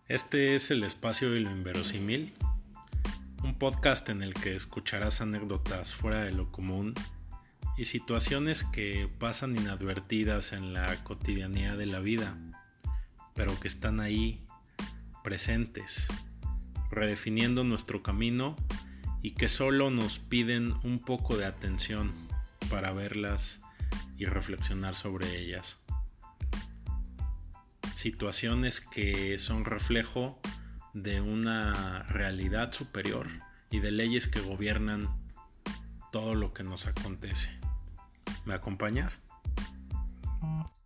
Este es el espacio de lo inverosímil, un podcast en el que escucharás anécdotas fuera de lo común y situaciones que pasan inadvertidas en la cotidianidad de la vida, pero que están ahí, presentes, redefiniendo nuestro camino y que solo nos piden un poco de atención para verlas y reflexionar sobre ellas. Situaciones que son reflejo de una realidad superior y de leyes que gobiernan todo lo que nos acontece. ¿Me acompañas?